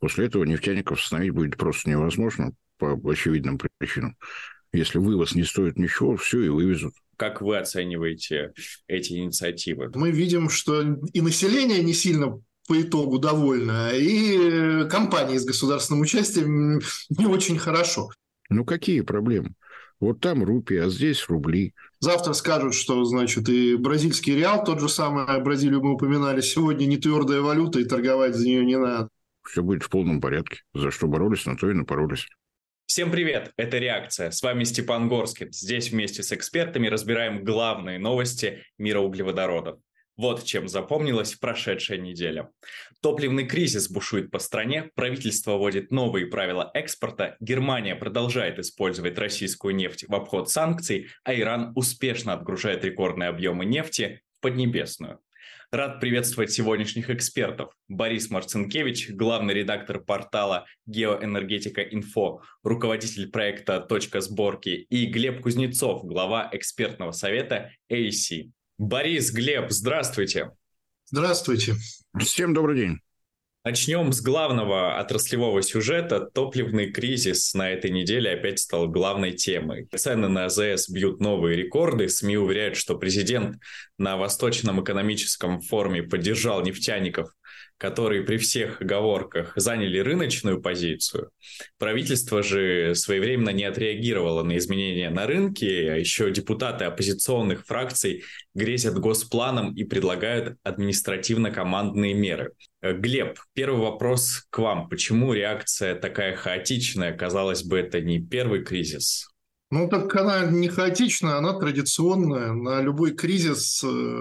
После этого нефтяников остановить будет просто невозможно по очевидным причинам. Если вывоз не стоит ничего, все и вывезут. Как вы оцениваете эти инициативы? Мы видим, что и население не сильно по итогу довольно, и компании с государственным участием не очень хорошо. Ну, какие проблемы? Вот там рупии, а здесь рубли. Завтра скажут, что, значит, и бразильский реал, тот же самый, Бразилию мы упоминали, сегодня не твердая валюта, и торговать за нее не надо. Все будет в полном порядке. За что боролись, на то и напоролись. Всем привет, это «Реакция». С вами Степан Горскин. Здесь вместе с экспертами разбираем главные новости мира углеводородов. Вот чем запомнилась прошедшая неделя. Топливный кризис бушует по стране, правительство вводит новые правила экспорта, Германия продолжает использовать российскую нефть в обход санкций, а Иран успешно отгружает рекордные объемы нефти в Поднебесную. Рад приветствовать сегодняшних экспертов. Борис Марцинкевич, главный редактор портала «Геоэнергетика Инфо», руководитель проекта «Точка сборки», и Глеб Кузнецов, глава экспертного совета AC. Борис, Глеб, здравствуйте. Здравствуйте. Всем добрый день. Начнем с главного отраслевого сюжета. Топливный кризис на этой неделе опять стал главной темой. Цены на АЗС бьют новые рекорды. СМИ уверяют, что президент на Восточном экономическом форуме поддержал нефтяников, которые при всех оговорках заняли рыночную позицию. Правительство же своевременно не отреагировало на изменения на рынке, а еще депутаты оппозиционных фракций грезят госпланом и предлагают административно-командные меры. Глеб, первый вопрос к вам. Почему реакция такая хаотичная? Казалось бы, это не первый кризис. Ну, так она не хаотичная, она традиционная. На любой кризис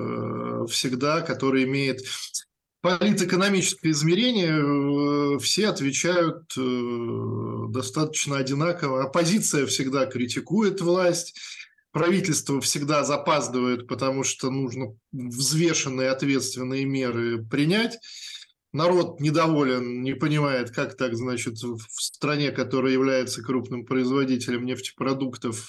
всегда, который имеет политэкономическое измерение, все отвечают достаточно одинаково. Оппозиция всегда критикует власть, правительство всегда запаздывает, потому что нужно взвешенные ответственные меры принять. Народ недоволен, не понимает, как так, значит, в стране, которая является крупным производителем нефтепродуктов,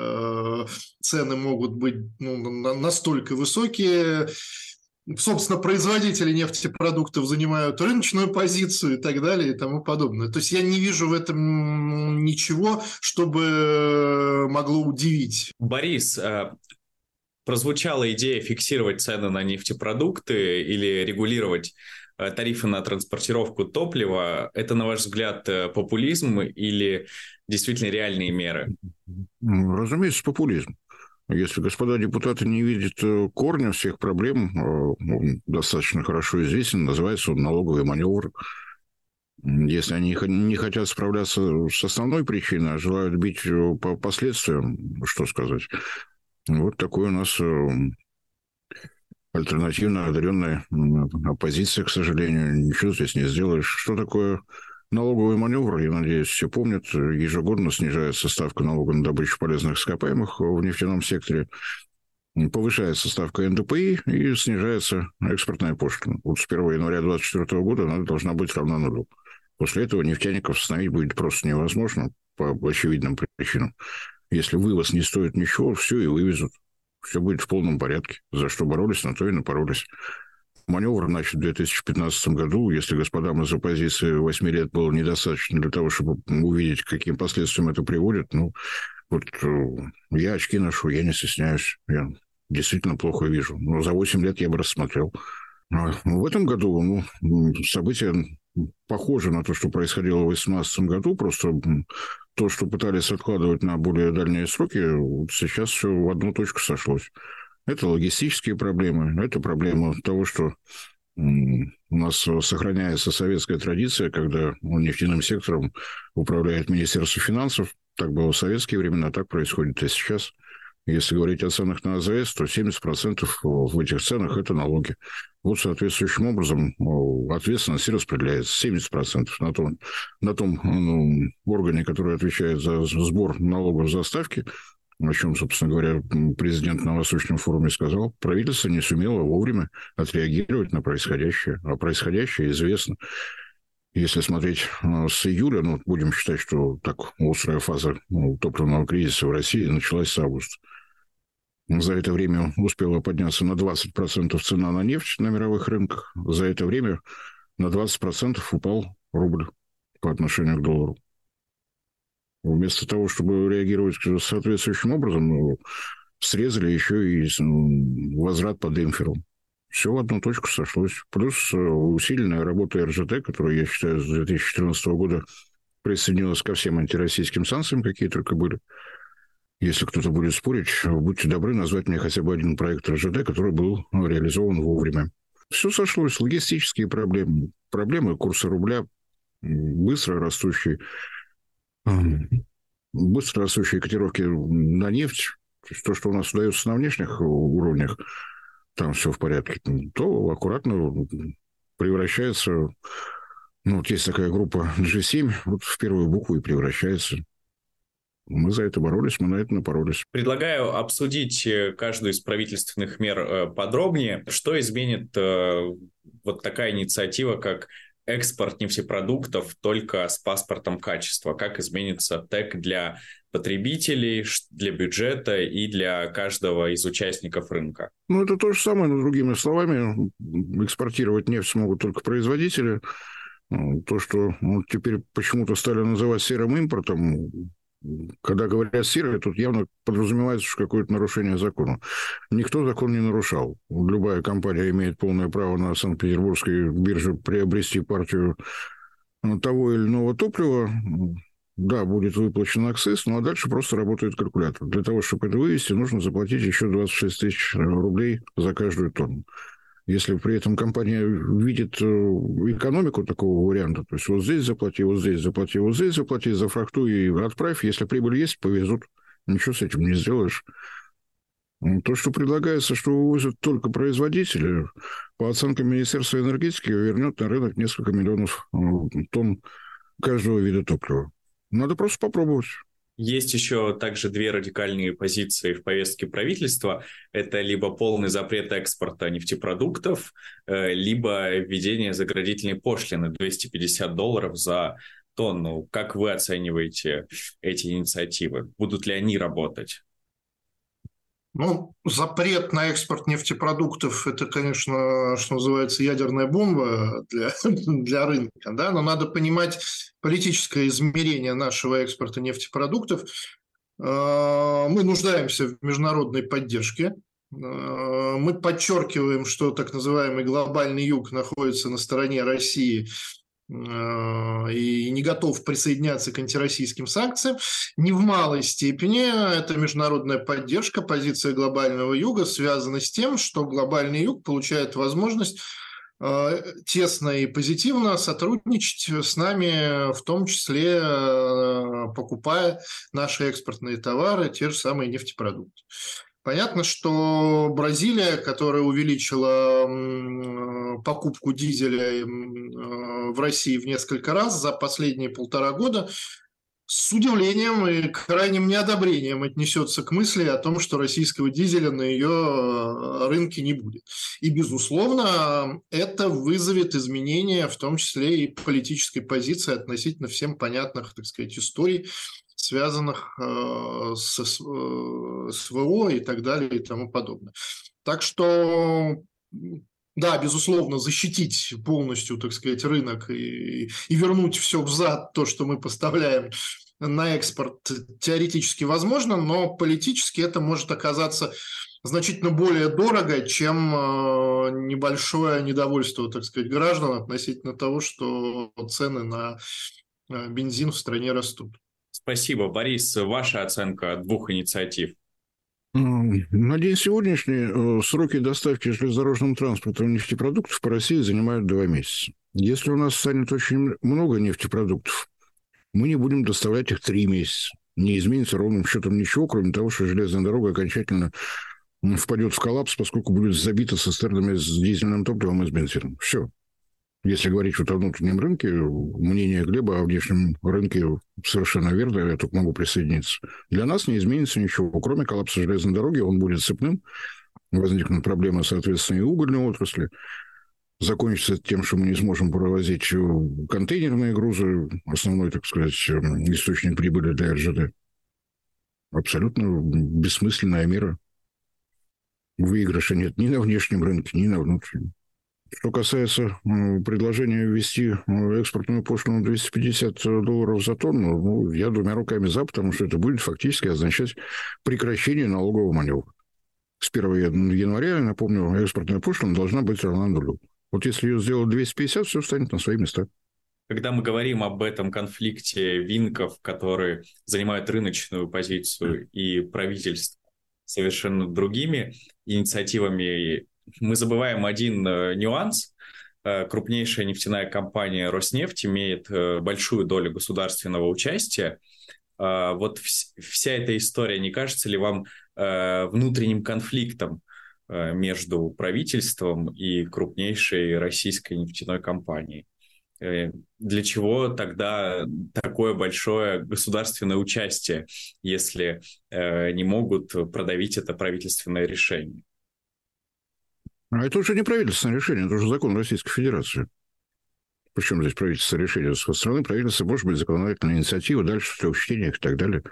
цены могут быть настолько высокие. Собственно, производители нефтепродуктов занимают рыночную позицию и так далее и тому подобное. То есть я не вижу в этом ничего, чтобы могло удивить. Борис, прозвучала идея фиксировать цены на нефтепродукты или регулировать тарифы на транспортировку топлива. Это, на ваш взгляд, популизм или действительно реальные меры? Разумеется, популизм. Если господа депутаты не видят корня всех проблем, он достаточно хорошо известен, называется он налоговый маневр. Если они не хотят справляться с основной причиной, а желают бить по последствиям, что сказать. Вот такой у нас альтернативно одаренная оппозиция, к сожалению. Ничего здесь не сделаешь. Что такое налоговый маневр? Я надеюсь, все помнят. Ежегодно снижается ставка налога на добычу полезных ископаемых в нефтяном секторе. Повышается ставка НДПИ и снижается экспортная пошлина. Вот с 1 января 2024 года она должна быть равна нулю. После этого нефтяников остановить будет просто невозможно по очевидным причинам. Если вывоз не стоит ничего, все и вывезут. Все будет в полном порядке. За что боролись, на то и напоролись. Маневр начат в 2015 году. Если господам из оппозиции 8 лет было недостаточно для того, чтобы увидеть, к каким последствиям это приводит, вот я очки ношу, я не стесняюсь. Я действительно плохо вижу. Но за 8 лет я бы рассмотрел. В этом году события похожи на то, что происходило в 2018 году. Просто то, что пытались откладывать на более дальние сроки, сейчас все в одну точку сошлось. Это логистические проблемы, это проблема того, что у нас сохраняется советская традиция, когда нефтяным сектором управляет Министерство финансов. Так было в советские времена, так происходит и сейчас. Если говорить о ценах на АЗС, то 70% в этих ценах – это налоги. Вот соответствующим образом ответственность и распределяется. 70% на том органе, который отвечает за сбор налогов за ставки, о чем, собственно говоря, президент на Восточном форуме сказал, правительство не сумело вовремя отреагировать на происходящее. А происходящее известно. Если смотреть с июля, будем считать, что так острая фаза топливного кризиса в России началась с августа. За это время успела подняться на 20% цена на нефть на мировых рынках. За это время на 20% упал рубль. по отношению к доллару. Вместо того, чтобы реагировать соответствующим образом, срезали еще и возврат по демпферу. Все в одну точку сошлось. Плюс усиленная работа РЖД, которая, я считаю, с 2014 года присоединилась ко всем антироссийским санкциям, какие только были. Если кто-то будет спорить, будьте добры назвать мне хотя бы один проект РЖД, который был реализован вовремя. Все сошлось. Логистические проблемы, проблемы курса рубля, быстро растущие котировки на нефть, то есть то, что у нас удается на внешних уровнях, там все в порядке, то аккуратно превращается, вот есть такая группа G7, вот в первую букву и превращается. Мы за это боролись, мы на это напоролись. Предлагаю обсудить каждую из правительственных мер подробнее. Что изменит вот такая инициатива, как экспорт нефтепродуктов только с паспортом качества? Как изменится ТЭК для потребителей, для бюджета и для каждого из участников рынка? Это то же самое, но другими словами. Экспортировать нефть смогут только производители. То, что теперь почему-то стали называть серым импортом, когда говорят серый, тут явно подразумевается, что какое-то нарушение закона. Никто закон не нарушал. Любая компания имеет полное право на Санкт-Петербургской бирже приобрести партию того или иного топлива. Да, будет выплачен акциз, а дальше просто работает калькулятор. Для того, чтобы это вывести, нужно заплатить еще 26 тысяч рублей за каждую тонну. Если при этом компания видит экономику такого варианта, то есть вот здесь заплати, вот здесь заплати, вот здесь заплати, зафрахтуй и отправь. Если прибыль есть, повезут. Ничего с этим не сделаешь. То, что предлагается, что вывозят только производители, по оценкам Министерства энергетики, вернет на рынок несколько миллионов тонн каждого вида топлива. Надо просто попробовать. Есть еще также две радикальные позиции в повестке правительства. Это либо полный запрет экспорта нефтепродуктов, либо введение заградительной пошлины $250 за тонну. Как вы оцениваете эти инициативы? Будут ли они работать? Запрет на экспорт нефтепродуктов – это, конечно, что называется, ядерная бомба для рынка, да? Но надо понимать политическое измерение нашего экспорта нефтепродуктов. Мы нуждаемся в международной поддержке. Мы подчеркиваем, что так называемый глобальный юг находится на стороне России и не готов присоединяться к антироссийским санкциям. Не в малой степени эта международная поддержка, позиция глобального юга связана с тем, что глобальный юг получает возможность тесно и позитивно сотрудничать с нами, в том числе покупая наши экспортные товары, те же самые нефтепродукты. Понятно, что Бразилия, которая увеличила покупку дизеля в России в несколько раз за последние 1,5 года, с удивлением и крайним неодобрением отнесется к мысли о том, что российского дизеля на ее рынке не будет. И, безусловно, это вызовет изменения, в том числе и политической позиции относительно всем понятных, так сказать, историй, связанных с СВО и так далее и тому подобное. Так что, да, безусловно, защитить полностью, так сказать, рынок и вернуть все взад, то, что мы поставляем на экспорт, теоретически возможно, но политически это может оказаться значительно более дорого, чем небольшое недовольство, так сказать, граждан относительно того, что цены на бензин в стране растут. Спасибо. Борис, ваша оценка двух инициатив? На день сегодняшний сроки доставки железнодорожным транспортом нефтепродуктов по России занимают 2 месяца. Если у нас станет очень много нефтепродуктов, мы не будем доставлять их 3 месяца. Не изменится ровным счетом ничего, кроме того, что железная дорога окончательно впадет в коллапс, поскольку будет забита цистернами с дизельным топливом и с бензином. Все. Если говорить о внутреннем рынке, мнение Глеба о внешнем рынке совершенно верно, я только могу присоединиться. Для нас не изменится ничего, кроме коллапса железной дороги, он будет цепным, возникнут проблемы, соответственно, и угольной отрасли, закончится тем, что мы не сможем провозить контейнерные грузы, основной, так сказать, источник прибыли для РЖД. Абсолютно бессмысленная мера. Выигрыша нет ни на внешнем рынке, ни на внутреннем. Что касается предложения ввести экспортную пошлину $250 за тонну, ну, я двумя руками за, потому что это будет фактически означать прекращение налогового маневра. С 1 января, я напомню, экспортная пошлина должна быть равна нулю. Вот если ее сделать 250, все встанет на свои места. Когда мы говорим об этом конфликте винков, которые занимают рыночную позицию, и правительств совершенно другими инициативами, мы забываем один нюанс. Крупнейшая нефтяная компания «Роснефть» имеет большую долю государственного участия. Вот вся эта история, не кажется ли вам внутренним конфликтом между правительством и крупнейшей российской нефтяной компанией? Для чего тогда такое большое государственное участие, если не могут продавить это правительственное решение? А это уже не правительственное решение, это уже закон Российской Федерации. Причем здесь правительственное решение со стороны правительства, может быть, законодательная инициатива, дальше в трех чтениях и так далее.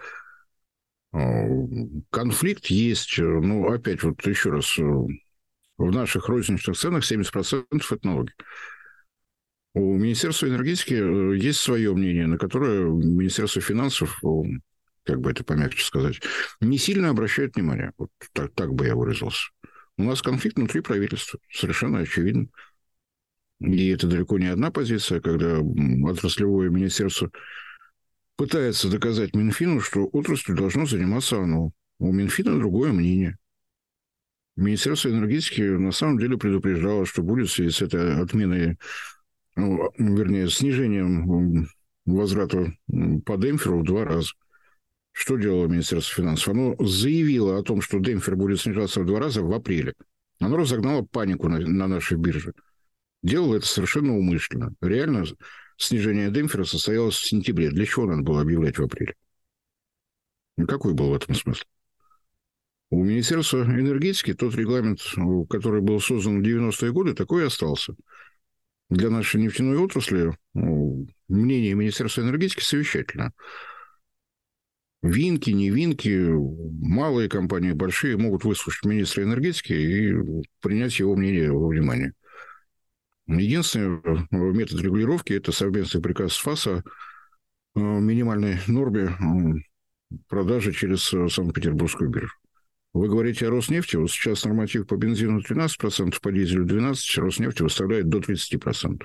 Конфликт есть, ну, опять вот еще раз, в наших розничных ценах 70% это налоги. У Министерства энергетики есть свое мнение, на которое Министерство финансов, как бы это помягче сказать, не сильно обращает внимание. Вот так бы я выразился. У нас конфликт внутри правительства, совершенно очевидно. И это далеко не одна позиция, когда отраслевое министерство пытается доказать Минфину, что отраслью должно заниматься оно. У Минфина другое мнение. Министерство энергетики на самом деле предупреждало, что будет в связи с этой отменой, вернее, снижением возврата по демпферу в 2 раза. Что делало Министерство финансов? Оно заявило о том, что демпфер будет снижаться в 2 раза в апреле. Оно разогнало панику на нашей бирже. Делало это совершенно умышленно. Реально снижение демпфера состоялось в сентябре. Для чего надо было объявлять в апреле? Какой был в этом смысл? У Министерства энергетики тот регламент, который был создан в 90-е годы, такой и остался. Для нашей нефтяной отрасли мнение Министерства энергетики совещательно. Винки, не винки, малые компании, большие могут выслушать министра энергетики и принять его мнение во внимание. Единственный метод регулировки – это совместный приказ ФАСа о минимальной норме продажи через Санкт-Петербургскую биржу. Вы говорите о Роснефти. Вот сейчас норматив по бензину 13%, по дизелю 12%, Роснефть выставляет до 30%.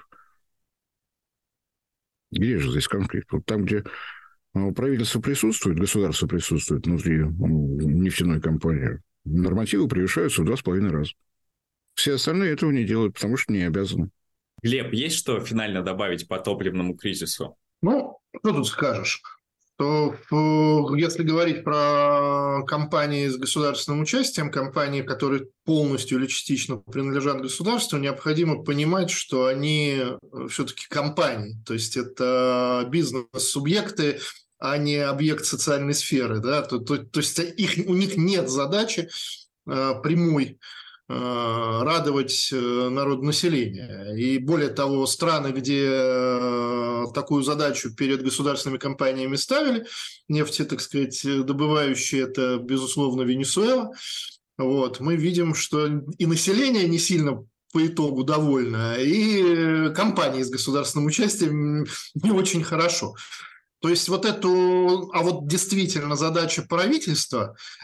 Где же здесь конфликт? Вот там, где правительство присутствует, государство присутствует внутри нефтяной компании, нормативы превышаются в 2,5 раза. Все остальные этого не делают, потому что не обязаны. Глеб, есть что финально добавить по топливному кризису? Ну, что тут скажешь? То, если говорить про компании с государственным участием, компании, которые полностью или частично принадлежат государству, необходимо понимать, что они все-таки компании. То есть это бизнес-субъекты, а не объект социальной сферы. Да? То есть у них нет задачи прямой радовать народонаселение. И более того, страны, где такую задачу перед государственными компаниями ставили, нефти, так сказать, добывающие, это, безусловно, Венесуэла, вот, мы видим, что и население не сильно по итогу довольно, и компании с государственным участием не очень хорошо. То есть вот эту, а вот действительно задача правительства –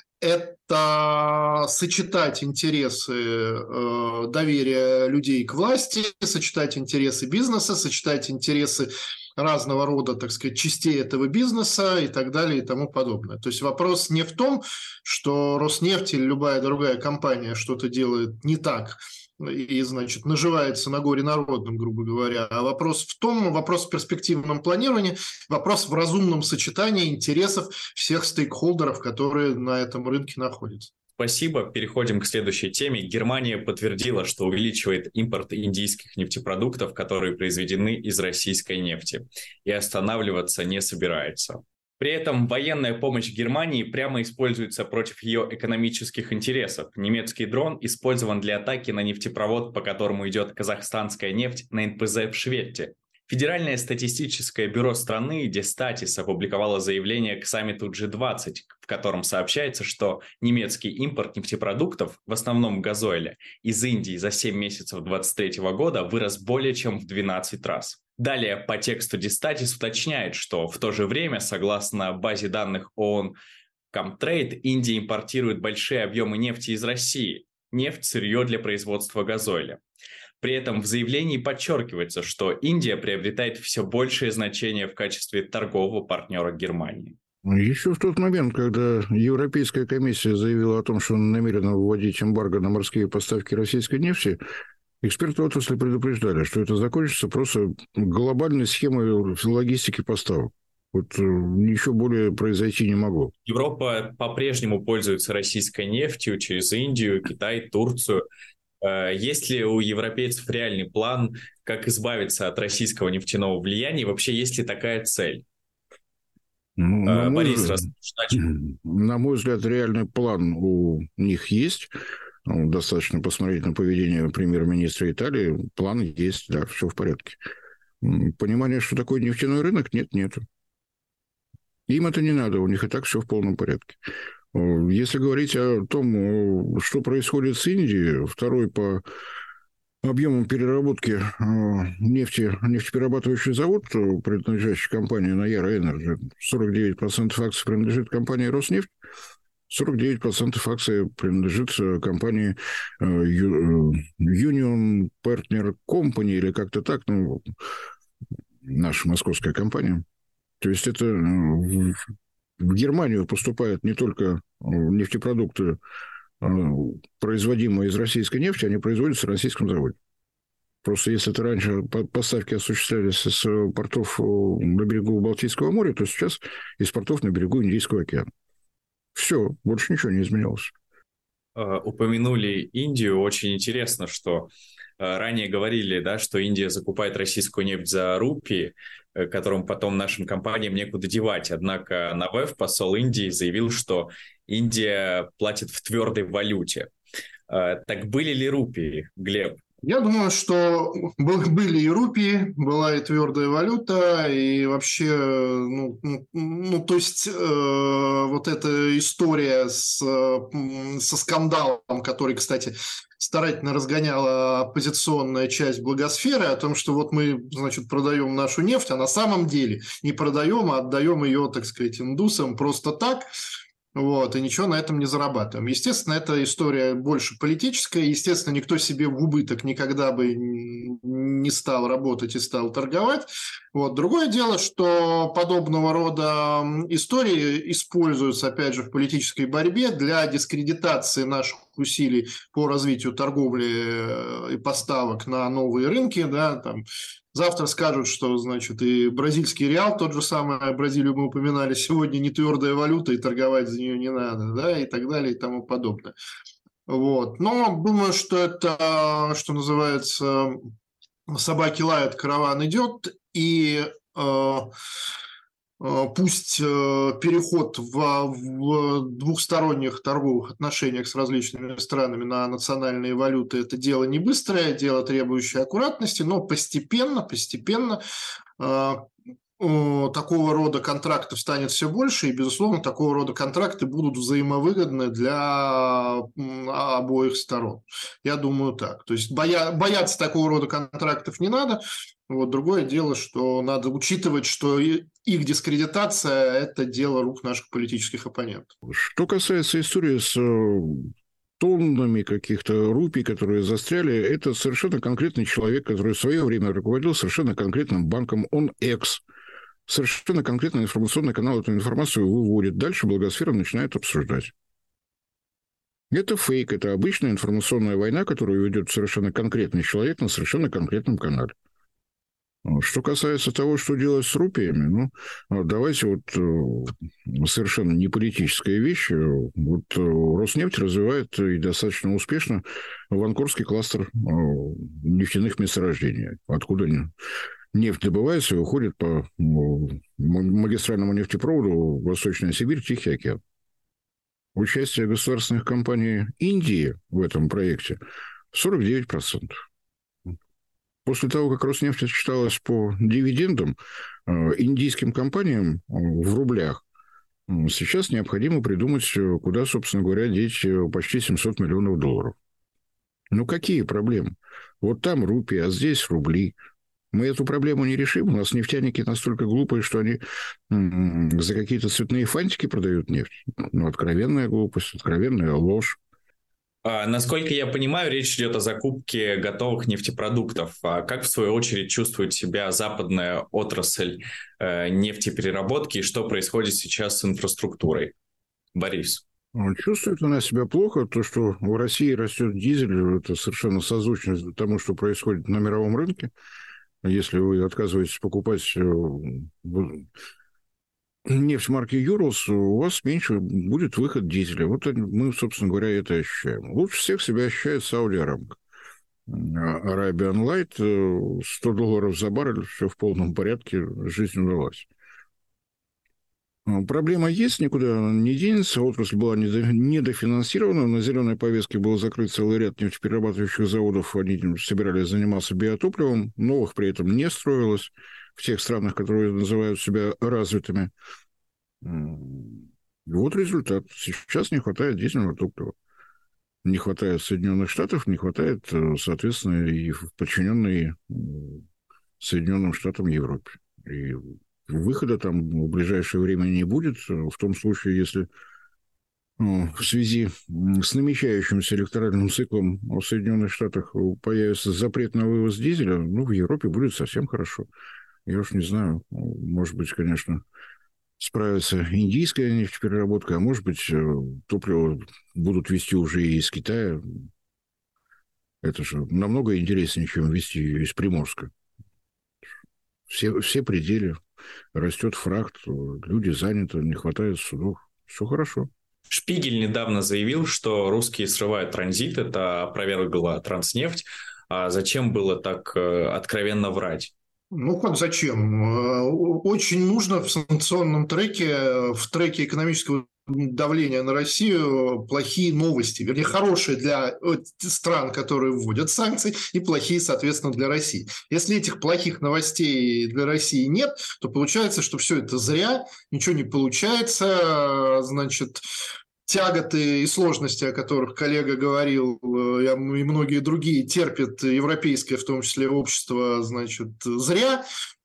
это сочетать интересы доверия людей к власти, сочетать интересы бизнеса, сочетать интересы разного рода, так сказать, частей этого бизнеса и так далее и тому подобное. То есть вопрос не в том, что Роснефть или любая другая компания что-то делает не так и, значит, наживается на горе народном, грубо говоря. А вопрос в перспективном планировании, вопрос в разумном сочетании интересов всех стейкхолдеров, которые на этом рынке находятся. Спасибо. Переходим к следующей теме. Германия подтвердила, что увеличивает импорт индийских нефтепродуктов, которые произведены из российской нефти, и останавливаться не собирается. При этом военная помощь Германии прямо используется против ее экономических интересов. Немецкий дрон использован для атаки на нефтепровод, по которому идет казахстанская нефть на НПЗ в Шведте. Федеральное статистическое бюро страны Дестатис опубликовало заявление к саммиту G20, в котором сообщается, что немецкий импорт нефтепродуктов, в основном газоиля, из Индии за 7 месяцев 2023 года вырос более чем в 12 раз. Далее по тексту Дестатис уточняет, что в то же время, согласно базе данных ООН Comtrade, Индия импортирует большие объемы нефти из России, нефть, сырье для производства газоиля. При этом в заявлении подчеркивается, что Индия приобретает все большее значение в качестве торгового партнера Германии. Еще в тот момент, когда Европейская комиссия заявила о том, что она намерена вводить эмбарго на морские поставки российской нефти, эксперты отрасли предупреждали, что это закончится просто глобальной схемой логистики поставок. Вот ничего более произойти не могло. Европа по-прежнему пользуется российской нефтью через Индию, Китай, Турцию. Есть ли у европейцев реальный план, как избавиться от российского нефтяного влияния? И вообще, есть ли такая цель? Борис на мой взгляд, реальный план у них есть. Достаточно посмотреть на поведение премьер-министра Италии. План есть, да, все в порядке. Понимание, что такое нефтяной рынок, нету. Им это не надо, у них и так все в полном порядке. Если говорить о том, что происходит с Индией, второй по объемам переработки нефтеперерабатывающий завод, принадлежащий компании Nayara Energy, 49% акций принадлежит компании Роснефть, 49% акций принадлежит компании Union Partner Company, или как-то так, наша московская компания. То есть это в Германию поступают не только нефтепродукты, производимые из российской нефти, они производятся на российском заводе. Просто если это раньше поставки осуществлялись с портов на берегу Балтийского моря, то сейчас из портов на берегу Индийского океана. Все, больше ничего не изменилось. Упомянули Индию. Очень интересно, что ранее говорили, да, что Индия закупает российскую нефть за рупии, которым потом нашим компаниям некуда девать. Однако Навев, посол Индии, заявил, что Индия платит в твердой валюте. Так были ли рупии, Глеб? Я думаю, что были и рупии, была и твердая валюта, и вообще, то есть вот эта история со скандалом, который, кстати, старательно разгоняла оппозиционная часть благосферы, о том, что вот мы, значит, продаем нашу нефть, а на самом деле не продаем, а отдаем ее, так сказать, индусам просто так. Вот, и ничего на этом не зарабатываем. Естественно, эта история больше политическая. Естественно, никто себе в убыток никогда бы не стал работать и стал торговать. Вот. Другое дело, что подобного рода истории используются, опять же, в политической борьбе для дискредитации наших усилий по развитию торговли и поставок на новые рынки, да, там. Завтра скажут, что, значит, и бразильский реал, тот же самый, Бразилию мы упоминали сегодня, не твердая валюта, и торговать за нее не надо, да, и так далее, и тому подобное. Вот. Но думаю, что это, что называется, собаки лают, караван идет, и пусть переход в двухсторонних торговых отношениях с различными странами на национальные валюты – это дело не быстрое, дело, требующее аккуратности, но постепенно такого рода контрактов станет все больше, и, безусловно, такого рода контракты будут взаимовыгодны для обоих сторон. Я думаю так. То есть бояться такого рода контрактов не надо. Вот. Другое дело, что надо учитывать, что их дискредитация – это дело рук наших политических оппонентов. Что касается истории с тоннами каких-то рупий, которые застряли, это совершенно конкретный человек, который в свое время руководил совершенно конкретным банком, он совершенно конкретный информационный канал эту информацию выводит. Дальше благосфера начинает обсуждать. Это фейк, это обычная информационная война, которую ведет совершенно конкретный человек на совершенно конкретном канале. Что касается того, что делать с рупиями, давайте совершенно не политическая вещь. Вот Роснефть развивает и достаточно успешно ванкурский кластер нефтяных месторождений, откуда нефть добывается и уходит по магистральному нефтепроводу в Восточная Сибирь, Тихий океан. Участие государственных компаний Индии в этом проекте 49%. После того, как Роснефть отчиталась по дивидендам индийским компаниям в рублях, сейчас необходимо придумать, куда, собственно говоря, деть почти $700 миллионов. Ну, какие проблемы? Вот там рупии, а здесь рубли. Мы эту проблему не решим. У нас нефтяники настолько глупые, что они за какие-то цветные фантики продают нефть. Ну, откровенная глупость, откровенная ложь. Насколько я понимаю, речь идет о закупке готовых нефтепродуктов. А как, в свою очередь, чувствует себя западная отрасль нефтепереработки и что происходит сейчас с инфраструктурой? Борис. Чувствует она себя плохо. То, что в России растет дизель, это совершенно созвучно тому, что происходит на мировом рынке. Если вы отказываетесь покупать нефть марки «Юрлс», у вас меньше будет выход дизеля. Вот мы, собственно говоря, это ощущаем. Лучше всех себя ощущает Сауди Арамко. Arabian Light, $100 за баррель, все в полном порядке, жизнь удалась. Проблема есть, никуда она не денется. Отрасль была недофинансирована. На зеленой повестке был закрыт целый ряд нефтеперерабатывающих заводов. Они собирались заниматься биотопливом. Новых при этом не строилось в тех странах, которые называют себя развитыми. И вот результат. Сейчас не хватает дизельного топлива. Не хватает Соединенных Штатов, не хватает, соответственно, и в подчиненной Соединенным Штатам Европе. И выхода там в ближайшее время не будет, в том случае, если в связи с намечающимся электоральным циклом в Соединенных Штатах появится запрет на вывоз дизеля, ну, в Европе будет совсем хорошо. Я уж не знаю, может быть, конечно, справится индийская нефтепереработка, а может быть, топливо будут везти уже и из Китая. Это же намного интереснее, чем везти из Приморска. Все пределы. Растет фракт, люди заняты, не хватает судов. Все хорошо. Шпигель недавно заявил, что русские срывают транзит. Это опровергла Транснефть. А зачем было так откровенно врать? Ну, как зачем? Очень нужно в санкционном треке, в треке экономического давления на Россию плохие новости, вернее, хорошие для стран, которые вводят санкции, и плохие, соответственно, для России. Если этих плохих новостей для России нет, то получается, что все это зря, ничего не получается, значит, тяготы и сложности, о которых коллега говорил, и многие другие терпят европейское, в том числе общество, значит, зря.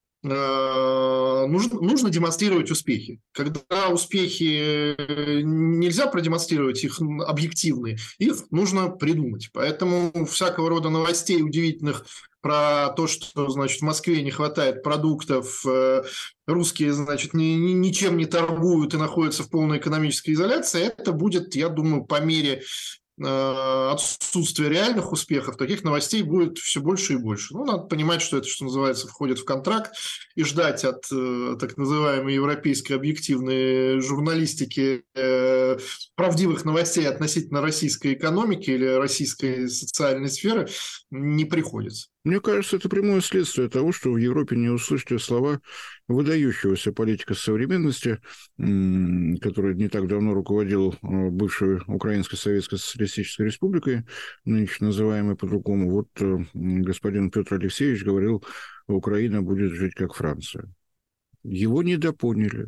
Нужно демонстрировать успехи. Когда успехи нельзя продемонстрировать, их объективные, их нужно придумать. Поэтому всякого рода новостей удивительных про то, что, значит, в Москве не хватает продуктов, русские, значит, ничем не торгуют и находятся в полной экономической изоляции, это будет, я думаю, по мере отсутствия реальных успехов, таких новостей будет все больше и больше. Ну, надо понимать, что это, что называется, входит в контракт, и ждать от так называемой европейской объективной журналистики правдивых новостей относительно российской экономики или российской социальной сферы не приходится. Мне кажется, это прямое следствие того, что в Европе не услышите слова выдающегося политика современности, который не так давно руководил бывшей Украинской Советской Социалистической Республикой, нынче называемой по-другому. Вот господин Петр Алексеевич говорил, Украина будет жить как Франция. Его недопоняли.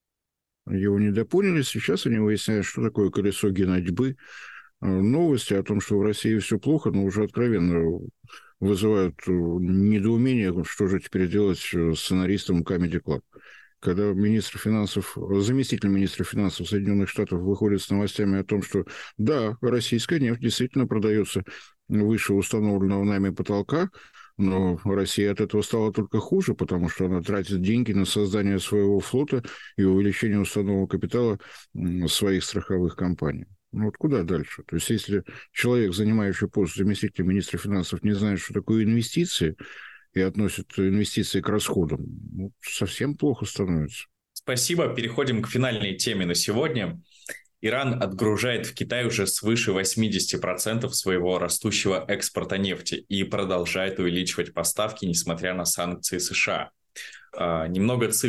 Сейчас они выясняют, что такое колесо генадьбы. Новости о том, что в России все плохо, но уже откровенно вызывают недоумение, что же теперь делать сценаристом Comedy Club. Когда заместитель министра финансов Соединенных Штатов выходит с новостями о том, что да, российская нефть действительно продается выше установленного нами потолка, но Россия от этого стала только хуже, потому что она тратит деньги на создание своего флота и увеличение установленного капитала своих страховых компаний. Ну вот куда дальше? То есть, если человек, занимающий пост заместителя министра финансов, не знает, что такое инвестиции, и относит инвестиции к расходам, ну, совсем плохо становится. Спасибо. Переходим к финальной теме на сегодня. Иран отгружает в Китай уже свыше 80% своего растущего экспорта нефти и продолжает увеличивать поставки, несмотря на санкции США. Немного цифр.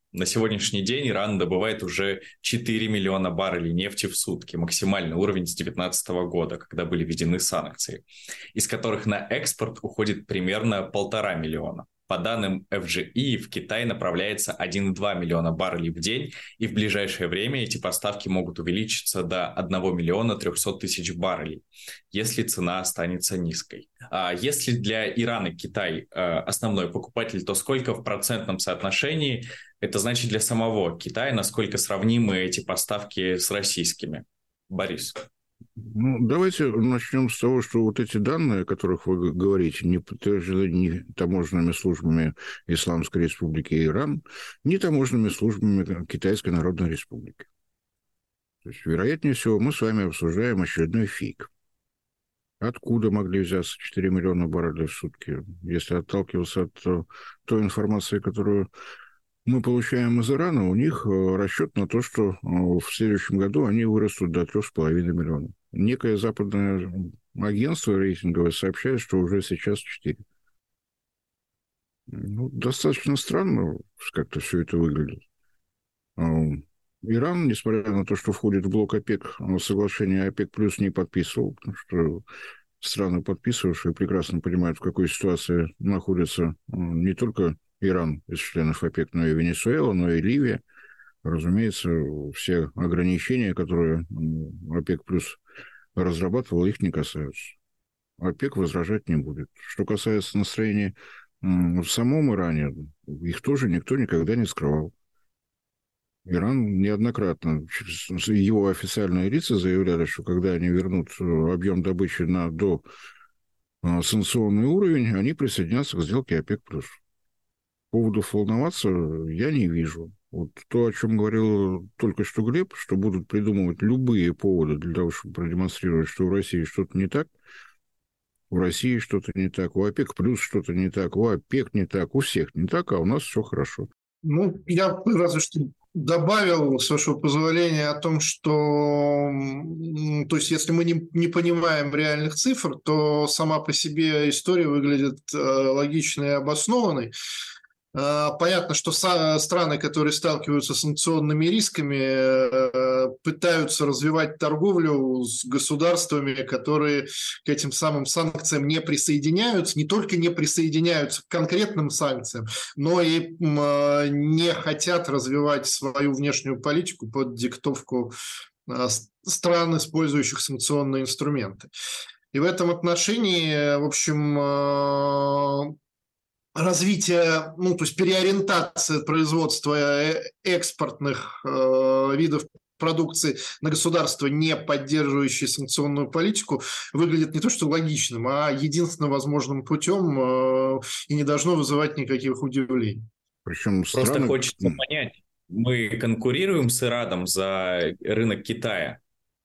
На сегодняшний день Иран добывает уже 4 миллиона баррелей нефти в сутки, максимальный уровень с 2019 года, когда были введены санкции, из которых на экспорт уходит примерно 1,5 миллиона. По данным FGE, в Китай направляется 1,2 миллиона баррелей в день, и в ближайшее время эти поставки могут увеличиться до 1 миллиона 300 тысяч баррелей, если цена останется низкой. А если для Ирана Китай основной покупатель, то сколько в процентном соотношении это значит для самого Китая, насколько сравнимы эти поставки с российскими? Борис. Ну, давайте начнем с того, что вот эти данные, о которых вы говорите, не подтверждены ни таможенными службами Исламской Республики Иран, ни таможенными службами Китайской Народной Республики. То есть, вероятнее всего, мы с вами обсуждаем очередной фейк. Откуда могли взяться 4 миллиона баррелей в сутки? Если отталкиваться от той информации, которую мы получаем из Ирана, у них расчет на то, что в следующем году они вырастут до 3,5 миллионов. Некое западное агентство рейтинговое сообщает, что уже сейчас 4. Ну, достаточно странно как-то все это выглядит. Иран, несмотря на то, что входит в блок ОПЕК, соглашение ОПЕК плюс не подписывал, потому что страны, подписывавшие, прекрасно понимают, в какой ситуации находится не только Иран из членов ОПЕК, но и Венесуэла, но и Ливия. Разумеется, все ограничения, которые ОПЕК плюс разрабатывал, их не касаются. ОПЕК возражать не будет. Что касается настроения в самом Иране, их тоже никто никогда не скрывал. Иран неоднократно, через его официальные лица заявляли, что когда они вернут объем добычи до санкционный уровень, они присоединятся к сделке ОПЕК+. Поводов волноваться я не вижу. Вот то, о чем говорил только что Глеб, что будут придумывать любые поводы для того, чтобы продемонстрировать, что в России что-то не так, в России что-то не так, у ОПЕК плюс что-то не так, у ОПЕК не так, у всех не так, а у нас все хорошо. Ну, я разве что добавил, с вашего позволения, о том, что, то есть, если мы не понимаем реальных цифр, то сама по себе история выглядит логичной и обоснованной. Понятно, что страны, которые сталкиваются с санкционными рисками, пытаются развивать торговлю с государствами, которые к этим самым санкциям не присоединяются, не только не присоединяются к конкретным санкциям, но и не хотят развивать свою внешнюю политику под диктовку стран, использующих санкционные инструменты. И в этом отношении, в общем, развитие, то есть переориентация производства экспортных видов продукции на государство, не поддерживающее санкционную политику, выглядит не то что логичным, а единственно возможным путем и не должно вызывать никаких удивлений. Причем просто хочется понять, мы конкурируем с Ираном за рынок Китая?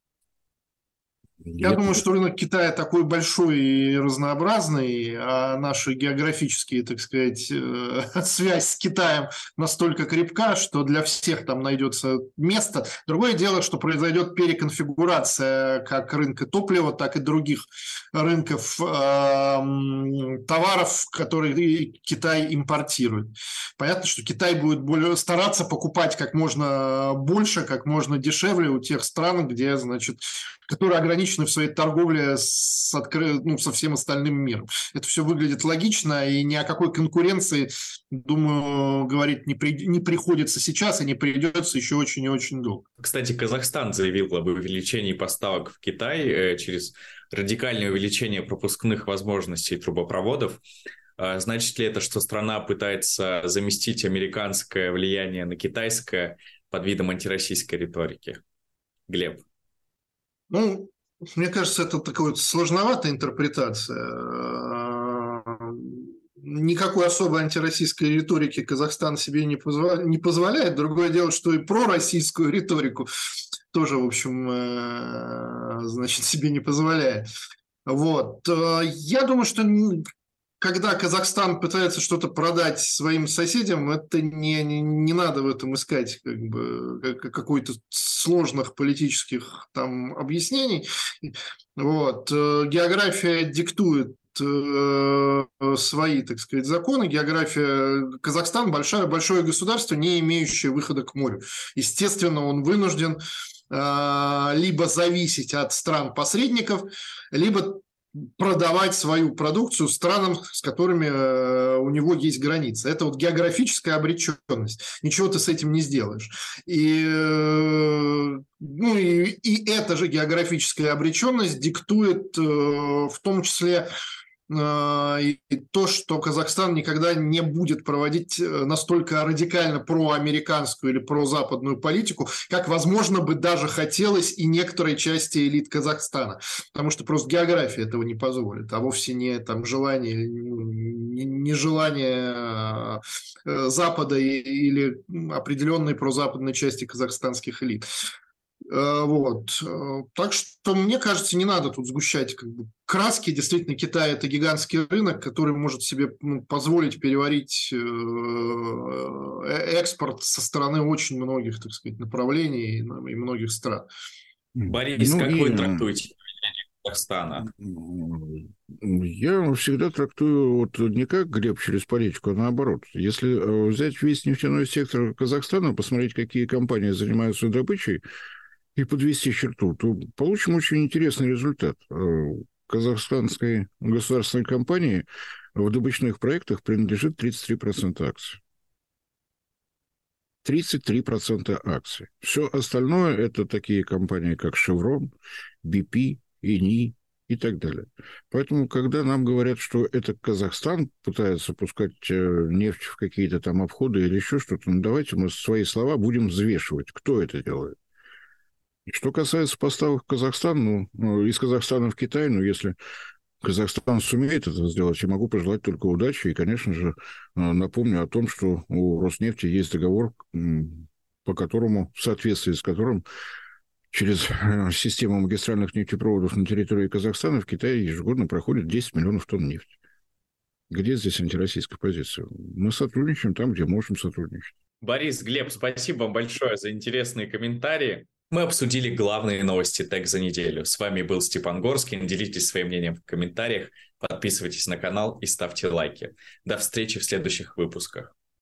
Я думаю, что рынок Китая такой большой и разнообразный, а наша географическая, так сказать, связь с Китаем настолько крепка, что для всех там найдется место. Другое дело, что произойдет переконфигурация как рынка топлива, так и других рынков товаров, которые Китай импортирует. Понятно, что Китай будет стараться покупать как можно больше, как можно дешевле у тех стран, где, значит, которые ограничены в своей торговле со всем остальным миром. Это все выглядит логично, и ни о какой конкуренции, думаю, говорить не приходится сейчас и не придется еще очень и очень долго. Кстати, Казахстан заявил об увеличении поставок в Китай через радикальное увеличение пропускных возможностей трубопроводов. Значит ли это, что страна пытается заместить американское влияние на китайское под видом антироссийской риторики? Глеб. Мне кажется, это такая сложноватая интерпретация. Никакой особой антироссийской риторики Казахстан себе не позволяет. Другое дело, что и пророссийскую риторику тоже, в общем, значит, себе не позволяет. Вот. Я думаю, что когда Казахстан пытается что-то продать своим соседям, это не надо в этом искать какой-то сложных политических там объяснений. Вот. География диктует свои, так сказать, законы. География Казахстана большое государство, не имеющее выхода к морю. Естественно, он вынужден либо зависеть от стран-посредников, либо продавать свою продукцию странам, с которыми у него есть границы. Это вот географическая обреченность. Ничего ты с этим не сделаешь. И эта же географическая обреченность диктует в том числе и то, что Казахстан никогда не будет проводить настолько радикально проамериканскую или прозападную политику, как, возможно, бы даже хотелось и некоторой части элит Казахстана. Потому что просто география этого не позволит, а вовсе не там желание, не желание Запада или определенной прозападной части казахстанских элит. Вот. Так что, мне кажется, не надо тут сгущать краски. Действительно, Китай – это гигантский рынок, который может себе позволить переварить экспорт со стороны очень многих, так сказать, направлений и многих стран. Борис, как вы трактуете поведение Казахстана? Я всегда трактую вот не как Глеб через политику, а наоборот. Если взять весь нефтяной сектор Казахстана, посмотреть, какие компании занимаются добычей, и подвести черту, то получим очень интересный результат. Казахстанской государственной компании в добычных проектах принадлежит 33% акций. 33% акций. Все остальное – это такие компании, как Chevron, BP, Eni и так далее. Поэтому, когда нам говорят, что это Казахстан пытается пускать нефть в какие-то там обходы или еще что-то, ну, давайте мы свои слова будем взвешивать. Кто это делает? Что касается поставок в Казахстан, из Казахстана в Китай, если Казахстан сумеет это сделать, я могу пожелать только удачи. И, конечно же, напомню о том, что у Роснефти есть договор, по которому, в соответствии с которым через систему магистральных нефтепроводов на территории Казахстана в Китае ежегодно проходит 10 миллионов тонн нефти. Где здесь антироссийская позиция? Мы сотрудничаем там, где можем сотрудничать. Борис, Глеб, спасибо вам большое за интересные комментарии. Мы обсудили главные новости ТЭК за неделю. С вами был Степан Горский. Делитесь своим мнением в комментариях, подписывайтесь на канал и ставьте лайки. До встречи в следующих выпусках.